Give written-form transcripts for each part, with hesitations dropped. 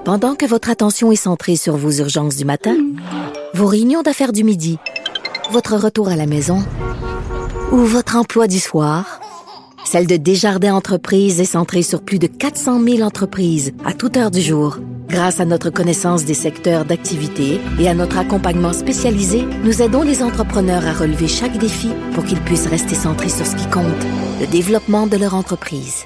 Pendant que votre attention est centrée sur vos urgences du matin, vos réunions d'affaires du midi, votre retour à la maison ou votre emploi du soir, celle de Desjardins Entreprises est centrée sur plus de 400 000 entreprises à toute heure du jour. Grâce à notre connaissance des secteurs d'activité et à notre accompagnement spécialisé, nous aidons les entrepreneurs à relever chaque défi pour qu'ils puissent rester centrés sur ce qui compte, le développement de leur entreprise.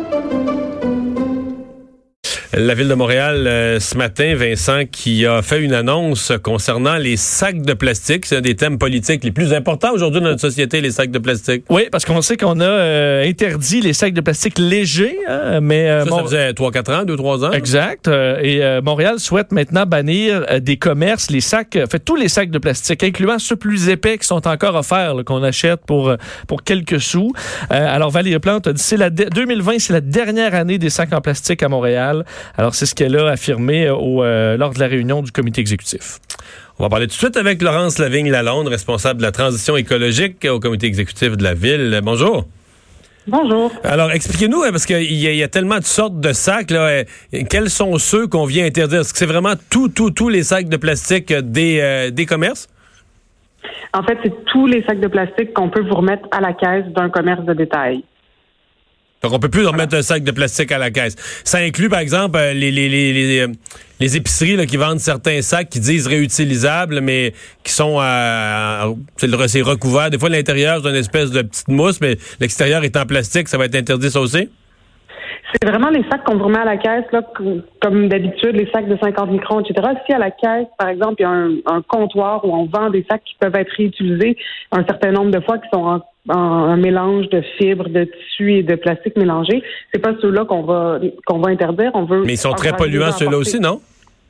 La Ville de Montréal, ce matin, Vincent, qui a fait une annonce concernant les sacs de plastique. C'est un des thèmes politiques les plus importants aujourd'hui dans notre société, les sacs de plastique. Oui, parce qu'on sait qu'on a interdit les sacs de plastique légers. Mais ça faisait 3-4 ans, 2-3 ans. Exact. Et Montréal souhaite maintenant bannir des commerces, les sacs, tous les sacs de plastique, incluant ceux plus épais qui sont encore offerts, là, qu'on achète pour quelques sous. Alors, Valérie Plante a dit 2020, c'est la dernière année des sacs en plastique à Montréal. Alors, c'est ce qu'elle a affirmé lors de la réunion du comité exécutif. On va parler tout de suite avec Laurence Lavigne-Lalonde, responsable de la transition écologique au comité exécutif de la Ville. Bonjour. Bonjour. Alors, expliquez-nous, parce qu'il y a tellement de sortes de sacs, là, quels sont ceux qu'on vient interdire? Est-ce que c'est vraiment tous les sacs de plastique des commerces? En fait, c'est tous les sacs de plastique qu'on peut vous remettre à la caisse d'un commerce de détail. Donc, on peut plus remettre un sac de plastique à la caisse. Ça inclut, par exemple, les épiceries là, qui vendent certains sacs qui disent réutilisables, mais qui sont c'est recouvert. Des fois, l'intérieur, c'est une espèce de petite mousse, mais l'extérieur est en plastique. Ça va être interdit, ça aussi? C'est vraiment les sacs qu'on vous remet à la caisse, là, comme d'habitude, les sacs de 50 microns, etc. Si à la caisse, par exemple, il y a un comptoir où on vend des sacs qui peuvent être réutilisés un certain nombre de fois, qui sont un mélange de fibres, de tissus et de plastique mélangés, c'est pas ceux-là qu'on va interdire. Mais ils sont très polluants, ceux-là aussi, non?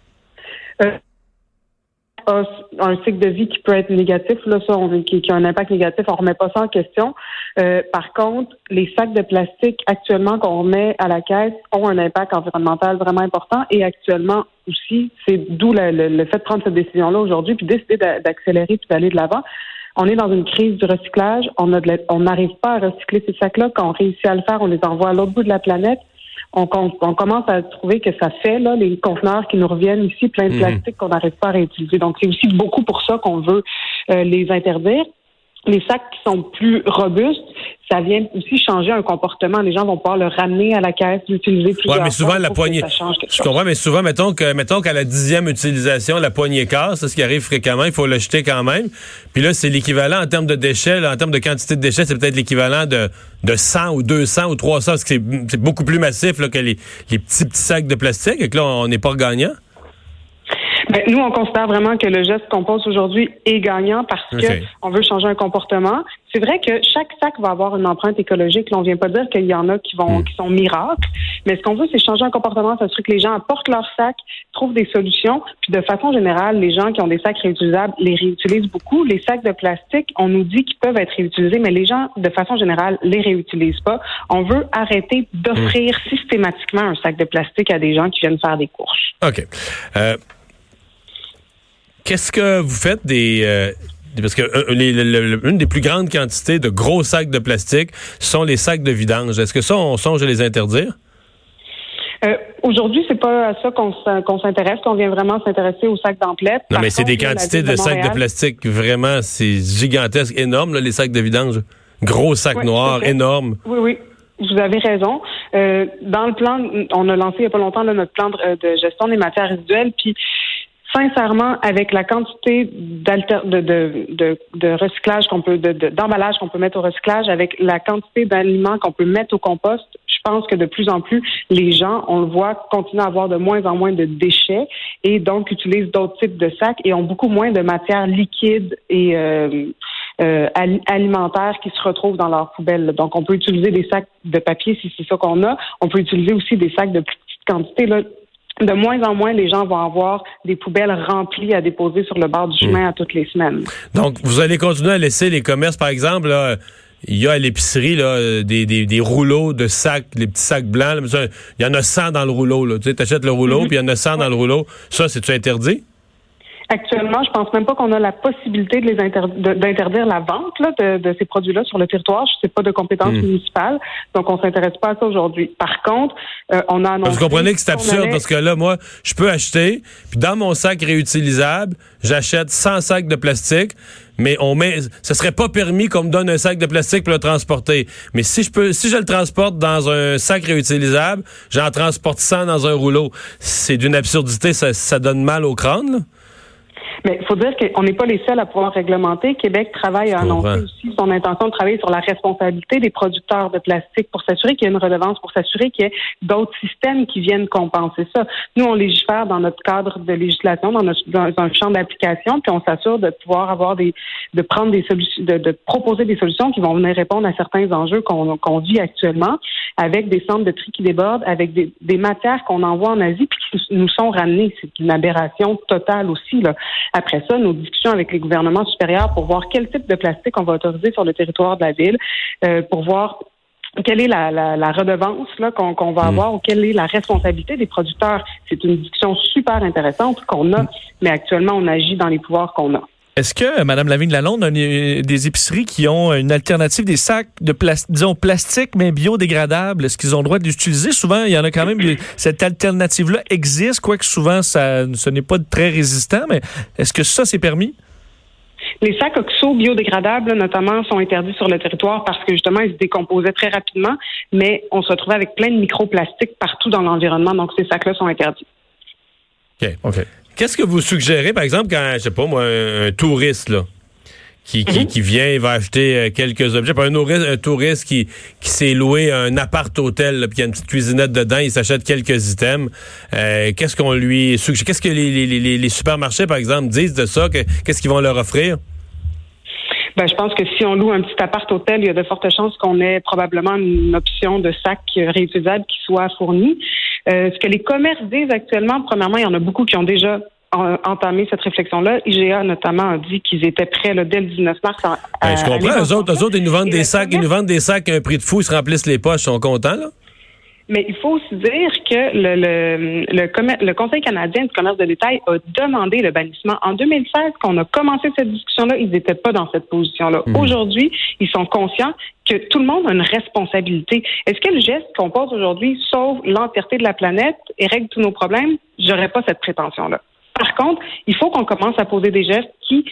Un cycle de vie qui peut être négatif, là, ça, qui a un impact négatif, on remet pas ça en question. Par contre, les sacs de plastique actuellement qu'on remet à la caisse ont un impact environnemental vraiment important et actuellement aussi, c'est d'où le fait de prendre cette décision-là aujourd'hui puis décider d'accélérer puis d'aller de l'avant. On est dans une crise du recyclage. On n'arrive pas à recycler ces sacs-là. Quand on réussit à le faire, on les envoie à l'autre bout de la planète. On commence à trouver que ça fait, là, les conteneurs qui nous reviennent ici, plein de plastique qu'on n'arrive pas à réutiliser. Donc, c'est aussi beaucoup pour ça qu'on veut les interdire. Les sacs qui sont plus robustes, ça vient aussi changer un comportement. Les gens vont pouvoir le ramener à la caisse, l'utiliser plusieurs fois. Oui, mais souvent, la poignée... Je comprends, mais souvent, mettons qu'à la 10e utilisation, la poignée casse, c'est ce qui arrive fréquemment, il faut le jeter quand même. Puis là, c'est l'équivalent en termes de déchets, là, en termes de quantité de déchets, c'est peut-être l'équivalent de 100 ou 200 ou 300, parce que c'est beaucoup plus massif là, que les petits sacs de plastique, et que là, on n'est pas gagnant. Ben, nous, on considère vraiment que le geste qu'on pose aujourd'hui est gagnant parce que on veut changer un comportement. C'est vrai que chaque sac va avoir une empreinte écologique. Là, on vient pas dire qu'il y en a qui sont miracles, mais ce qu'on veut, c'est changer un comportement, s'assurer que les gens apportent leur sac, trouvent des solutions. Puis de façon générale, les gens qui ont des sacs réutilisables les réutilisent beaucoup. Les sacs de plastique, on nous dit qu'ils peuvent être réutilisés, mais les gens, de façon générale, les réutilisent pas. On veut arrêter d'offrir systématiquement un sac de plastique à des gens qui viennent faire des courses. OK. Qu'est-ce que vous faites parce que une des plus grandes quantités de gros sacs de plastique sont les sacs de vidange. Est-ce que ça, on songe à les interdire? Aujourd'hui, c'est pas à ça qu'on s'intéresse, qu'on vient vraiment s'intéresser aux sacs d'emplettes. Non, mais c'est des quantités de sacs de plastique vraiment, c'est gigantesque, énorme, là, les sacs de vidange. Gros sacs noirs, énormes. Oui. Vous avez raison. Dans le plan, on a lancé il n'y a pas longtemps là, notre plan de gestion des matières résiduelles, puis sincèrement, avec la quantité de recyclage d'emballage qu'on peut mettre au recyclage, avec la quantité d'aliments qu'on peut mettre au compost, je pense que de plus en plus, les gens, on le voit, continuent à avoir de moins en moins de déchets et donc utilisent d'autres types de sacs et ont beaucoup moins de matières liquides et alimentaires qui se retrouvent dans leurs poubelles. Donc, on peut utiliser des sacs de papier si c'est ça qu'on a. On peut utiliser aussi des sacs de plus petite quantité, là. De moins en moins, les gens vont avoir des poubelles remplies à déposer sur le bord du chemin à toutes les semaines. Donc, vous allez continuer à laisser les commerces, par exemple, là, il y a à l'épicerie là, des rouleaux de sacs, les petits sacs blancs. Là, il y en a 100 dans le rouleau. Tu sais, t'achètes le rouleau, puis il y en a 100 dans le rouleau. Ça, c'est-tu interdit? Actuellement, je pense même pas qu'on a la possibilité d'interdire la vente là, de ces produits-là sur le territoire. Je sais pas de compétence municipale, donc on s'intéresse pas à ça aujourd'hui. Par contre, on a annoncé... Vous comprenez que c'est absurde parce que là, moi, je peux acheter, puis dans mon sac réutilisable, j'achète 100 sacs de plastique, mais ce serait pas permis qu'on me donne un sac de plastique pour le transporter. Mais si je le transporte dans un sac réutilisable, j'en transporte 100 dans un rouleau. C'est d'une absurdité, ça donne mal au crâne, là. Mais il faut dire qu'on n'est pas les seuls à pouvoir réglementer. Québec travaille à annoncer aussi son intention de travailler sur la responsabilité des producteurs de plastique pour s'assurer qu'il y a une redevance, pour s'assurer qu'il y ait d'autres systèmes qui viennent compenser ça. Nous, on légifère dans notre cadre de législation, dans un champ d'application, puis on s'assure de pouvoir avoir de prendre des solutions, de proposer des solutions qui vont venir répondre à certains enjeux qu'on vit actuellement, avec des centres de tri qui débordent, avec des matières qu'on envoie en Asie puis qui nous sont ramenées. C'est une aberration totale aussi, là. Après ça, nos discussions avec les gouvernements supérieurs pour voir quel type de plastique on va autoriser sur le territoire de la ville, pour voir quelle est la redevance là qu'on va avoir ou quelle est la responsabilité des producteurs. C'est une discussion super intéressante qu'on a, mais actuellement, on agit dans les pouvoirs qu'on a. Est-ce que, Mme Lavigne-Lalonde, a des épiceries qui ont une alternative, des sacs de plastique, mais biodégradables? Est-ce qu'ils ont le droit d'utiliser? Souvent, il y en a quand même, cette alternative-là existe, quoique souvent, ce n'est pas très résistant, mais est-ce que ça, c'est permis? Les sacs oxo biodégradables, notamment, sont interdits sur le territoire parce que, justement, ils se décomposaient très rapidement, mais on se retrouvait avec plein de microplastiques partout dans l'environnement, donc ces sacs-là sont interdits. OK. Qu'est-ce que vous suggérez, par exemple, quand, je sais pas moi, un touriste, là, qui vient, il va acheter quelques objets, un touriste qui s'est loué un appart-hôtel, puis il y a une petite cuisinette dedans, il s'achète quelques items, qu'est-ce qu'on lui suggère? Qu'est-ce que les supermarchés, par exemple, disent de ça? Qu'est-ce qu'ils vont leur offrir? Je pense que si on loue un petit appart-hôtel, il y a de fortes chances qu'on ait probablement une option de sac réutilisable qui soit fournie. Ce que les commerces disent actuellement, premièrement, il y en a beaucoup qui ont déjà entamé cette réflexion-là. IGA, notamment, a dit qu'ils étaient prêts là, dès le 19 mars je comprends. Eux autres, ils nous vendent des sacs à un prix de fou, ils se remplissent les poches, ils sont contents, là? Mais il faut aussi dire que le Conseil canadien du commerce de détail a demandé le bannissement. En 2016, quand on a commencé cette discussion-là, ils n'étaient pas dans cette position-là. Aujourd'hui, ils sont conscients que tout le monde a une responsabilité. Est-ce que le geste qu'on pose aujourd'hui sauve l'entièreté de la planète et règle tous nos problèmes? J'aurais pas cette prétention-là. Par contre, il faut qu'on commence à poser des gestes qui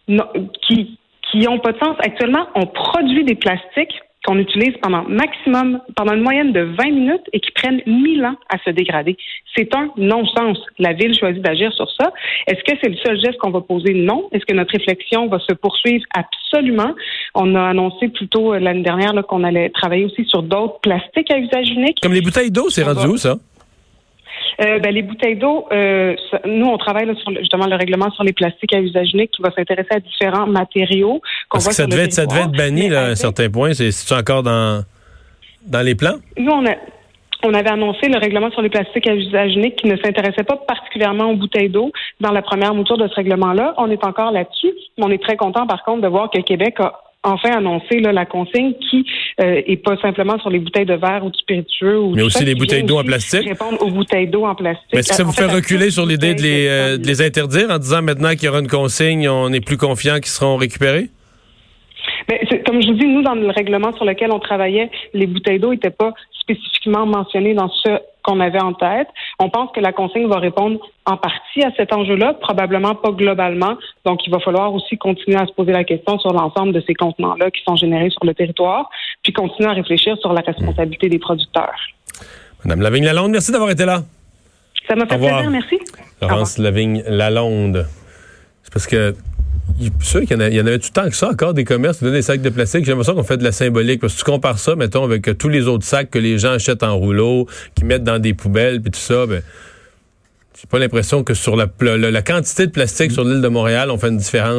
ont pas de sens. Actuellement, on produit des plastiques qu'on utilise pendant une moyenne de 20 minutes et qui prennent 1000 ans à se dégrader. C'est un non-sens. La Ville choisit d'agir sur ça. Est-ce que c'est le seul geste qu'on va poser? Non. Est-ce que notre réflexion va se poursuivre? Absolument. On a annoncé plutôt l'année dernière là, qu'on allait travailler aussi sur d'autres plastiques à usage unique. Comme les bouteilles d'eau, c'est rendu où, ça? Les bouteilles d'eau, nous, on travaille là, sur justement le règlement sur les plastiques à usage unique qui va s'intéresser à différents matériaux. Parce que ça devait être banni là, à un certain point. C'est-tu encore dans les plans? Nous, on avait annoncé le règlement sur les plastiques à usage unique qui ne s'intéressait pas particulièrement aux bouteilles d'eau dans la première mouture de ce règlement-là. On est encore là-dessus, mais on est très content, par contre, de voir que Québec a enfin annoncé là, la consigne qui est pas simplement sur les bouteilles de verre ou de spiritueux. Mais aussi les bouteilles d'eau en plastique? Répondre aux bouteilles d'eau en plastique. Mais est-ce que ça vous fait reculer sur l'idée de les interdire en disant maintenant qu'il y aura une consigne, on est plus confiant qu'ils seront récupérés? Comme je vous dis, nous, dans le règlement sur lequel on travaillait, les bouteilles d'eau n'étaient pas spécifiquement mentionnées dans ce qu'on avait en tête. On pense que la consigne va répondre en partie à cet enjeu-là, probablement pas globalement. Donc, il va falloir aussi continuer à se poser la question sur l'ensemble de ces contenants-là qui sont générés sur le territoire, puis continuer à réfléchir sur la responsabilité des producteurs. Madame Lavigne-Lalonde, merci d'avoir été là. Ça m'a fait plaisir, merci. Laurence Lavigne-Lalonde. C'est parce que sûr qu'il y en avait tout le temps que ça, encore des commerces qui donnent des sacs de plastique. J'ai l'impression qu'on fait de la symbolique. Parce que tu compares ça, mettons, avec tous les autres sacs que les gens achètent en rouleau, qui mettent dans des poubelles, puis tout ça, j'ai pas l'impression que sur la quantité de plastique sur l'île de Montréal, on fait une différence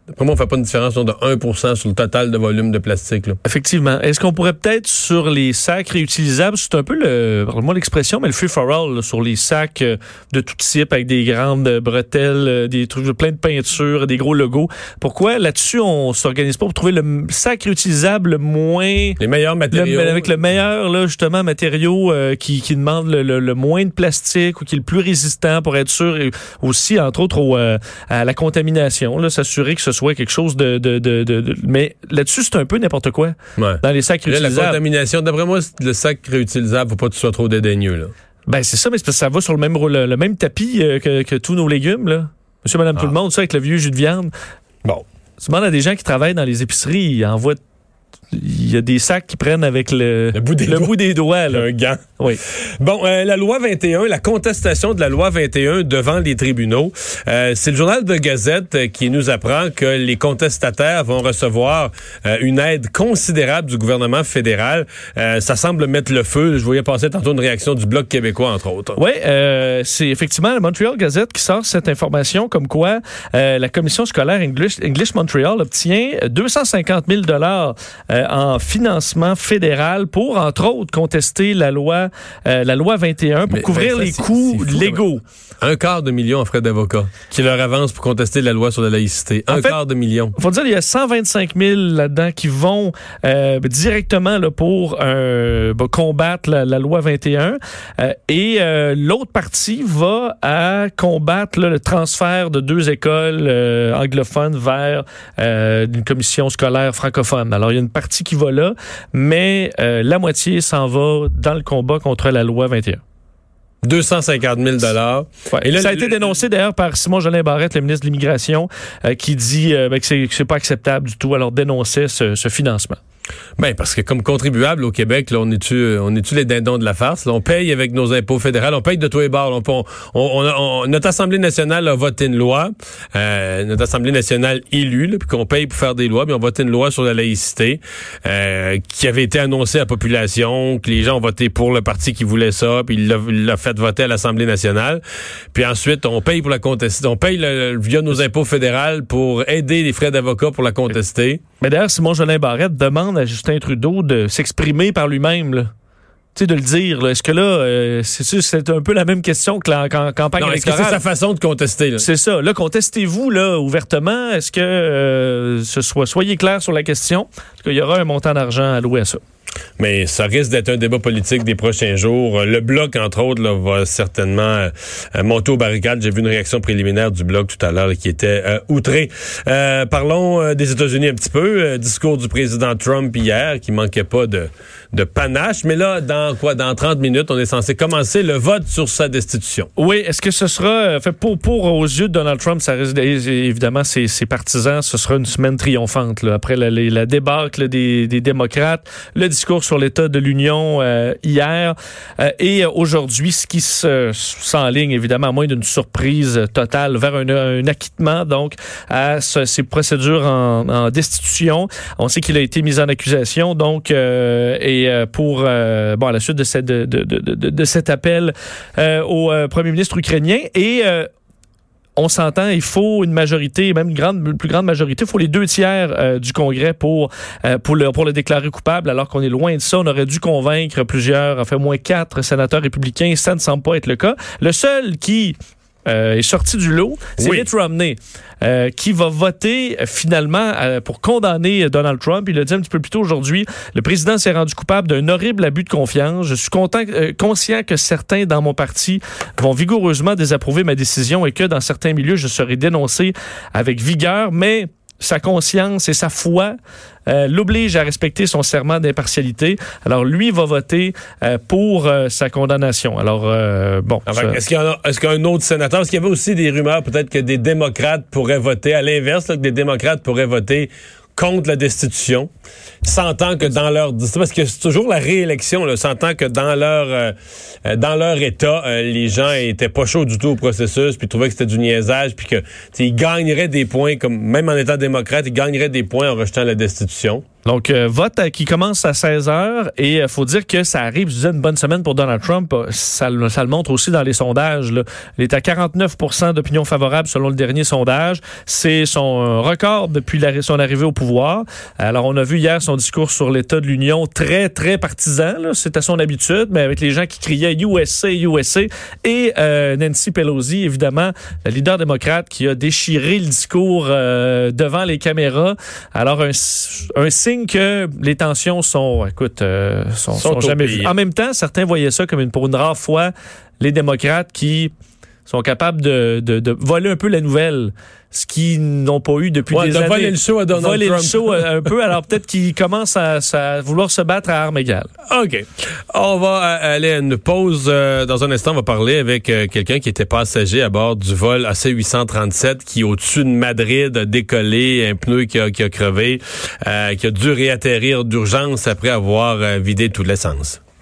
D'après moi, on ne fait pas une différence de 1% sur le total de volume de plastique. Là. Effectivement. Est-ce qu'on pourrait peut-être, sur les sacs réutilisables, c'est un peu pardonne-moi l'expression, mais le free-for-all, sur les sacs de tout type, avec des grandes bretelles, des trucs plein de peinture, des gros logos. Pourquoi là-dessus, on s'organise pas pour trouver le sac réutilisable le moins... Les meilleurs matériaux. Avec le meilleur, là, justement, matériaux qui demandent le moins de plastique ou qui est le plus résistant pour être sûr, et aussi, entre autres, à la contamination, là, s'assurer que ce soit quelque chose mais là-dessus, c'est un peu n'importe quoi. Ouais. Dans les sacs réutilisables. La contamination, d'après moi, le sac réutilisable, faut pas que tu sois trop dédaigneux, là. Ben, c'est ça, mais c'est parce que ça va sur le même tapis que tous nos légumes, là. Monsieur, madame, tout le monde, ça, avec le vieux jus de viande. Bon. Tu demandes à des gens qui travaillent dans les épiceries, ils envoient... Il y a des sacs qui prennent avec le bout des doigts. Là. Un gant. Oui. Bon, la loi 21, la contestation de la loi 21 devant les tribunaux. C'est le journal de Gazette qui nous apprend que les contestataires vont recevoir une aide considérable du gouvernement fédéral. Ça semble mettre le feu. Je voyais passer tantôt une réaction du Bloc québécois, entre autres. Oui, c'est effectivement la Montreal Gazette qui sort cette information comme quoi la commission scolaire English Montreal obtient 250 000 en financement fédéral pour, entre autres, contester la loi 21 pour couvrir les coûts légaux. $250 000 en frais d'avocat qui leur avance pour contester la loi sur la laïcité. $250 000. Il faut dire, il y a 125 000 là-dedans qui vont directement là, pour combattre la loi 21. Et l'autre partie va à combattre là, le transfert de 2 écoles anglophones vers une commission scolaire francophone. Alors, il y a une partie qui va là, mais la moitié s'en va dans le combat contre la loi 21. 250 000 $. Ouais. Et là, ça a été dénoncé d'ailleurs par Simon-Jolin Barrette, le ministre de l'Immigration, qui dit que c'est pas acceptable du tout. Alors, dénonçait ce financement. Ben parce que comme contribuable au Québec, là, on est-tu les dindons de la farce. Là, on paye avec nos impôts fédéraux, on paye de tous les bords. Notre Assemblée nationale a voté une loi, notre Assemblée nationale élue, là, puis qu'on paye pour faire des lois, puis on a voté une loi sur la laïcité qui avait été annoncée à la population, que les gens ont voté pour le parti qui voulait ça, puis il l'a fait voter à l'Assemblée nationale. Puis ensuite, on paye pour la contester. On paye via nos impôts fédéraux pour aider les frais d'avocat pour la contester. Mais d'ailleurs, Simon-Jolin Barrette demande à Justin Trudeau de s'exprimer par lui-même, là. Tu sais, de le dire. Là. Est-ce que là, c'est un peu la même question que la campagne électorale? Est-ce que c'est sa façon de contester? Là? C'est ça. Là, contestez-vous là ouvertement. Est-ce que soyez clair sur la question? Est-ce qu'il y aura un montant d'argent alloué à ça? Mais ça risque d'être un débat politique des prochains jours. Le Bloc, entre autres, là, va certainement monter aux barricades. J'ai vu une réaction préliminaire du Bloc tout à l'heure là, qui était outré. Parlons des États-Unis un petit peu. Discours du président Trump hier qui manquait pas de panache. Mais là, dans 30 minutes, on est censé commencer le vote sur sa destitution. Oui, est-ce que ce sera fait pour aux yeux de Donald Trump, ça risque évidemment ses partisans, ce sera une semaine triomphante là, après la débâcle des démocrates, le discours sur l'état de l'Union hier et aujourd'hui, ce qui s'enligne évidemment à moins d'une surprise totale vers un acquittement donc à ces procédures en destitution. On sait qu'il a été mis en accusation donc pour à la suite de cet appel au premier ministre ukrainien et on s'entend, il faut une majorité, même une plus grande majorité, il faut les 2/3 du Congrès pour le déclarer coupable, alors qu'on est loin de ça. On aurait dû convaincre au moins 4 sénateurs républicains. Ça ne semble pas être le cas. Le seul qui est sorti du lot, c'est Mitt Romney, qui va voter finalement pour condamner Donald Trump. Il l'a dit un petit peu plus tôt aujourd'hui. Le président s'est rendu coupable d'un horrible abus de confiance. Je suis conscient que certains dans mon parti vont vigoureusement désapprouver ma décision et que dans certains milieux, je serai dénoncé avec vigueur, mais sa conscience et sa foi l'oblige à respecter son serment d'impartialité. Alors, lui va voter pour sa condamnation. Alors, Est-ce qu'il y a un autre sénateur? Parce qu'il y avait aussi des rumeurs, peut-être que des démocrates pourraient voter, à l'inverse, là, que des démocrates pourraient voter contre la destitution, sentant que dans leur... Parce que c'est toujours la réélection, là, sentant que dans leur État, les gens étaient pas chauds du tout au processus, puis trouvaient que c'était du niaisage, puis que ils gagneraient des points, comme même en étant démocrate, ils gagneraient des points en rejetant la destitution. Donc, vote qui commence à 16h et il faut dire que ça arrive, je disais, une bonne semaine pour Donald Trump. Ça le montre aussi dans les sondages, là. Il est à 49% d'opinion favorable selon le dernier sondage. C'est son record depuis son arrivée au pouvoir. Alors, on a vu hier son discours sur l'État de l'Union très, très partisan. Là. C'est à son habitude, mais avec les gens qui criaient USA, USA. Et Nancy Pelosi, évidemment, la leader démocrate qui a déchiré le discours devant les caméras. Alors, un signe que les tensions sont jamais vues. En même temps, certains voyaient ça comme pour une rare fois, les démocrates qui sont capables de voler un peu la nouvelle, ce qu'ils n'ont pas eu depuis des années. Voler le show à Donald Trump. Voler le show un peu, alors peut-être qu'ils commencent à vouloir se battre à armes égales. OK. On va aller à une pause. Dans un instant, on va parler avec quelqu'un qui était passager à bord du vol AC-837 qui, au-dessus de Madrid, a décollé, un pneu qui a crevé, qui a dû réatterrir d'urgence après avoir vidé tout l'essence.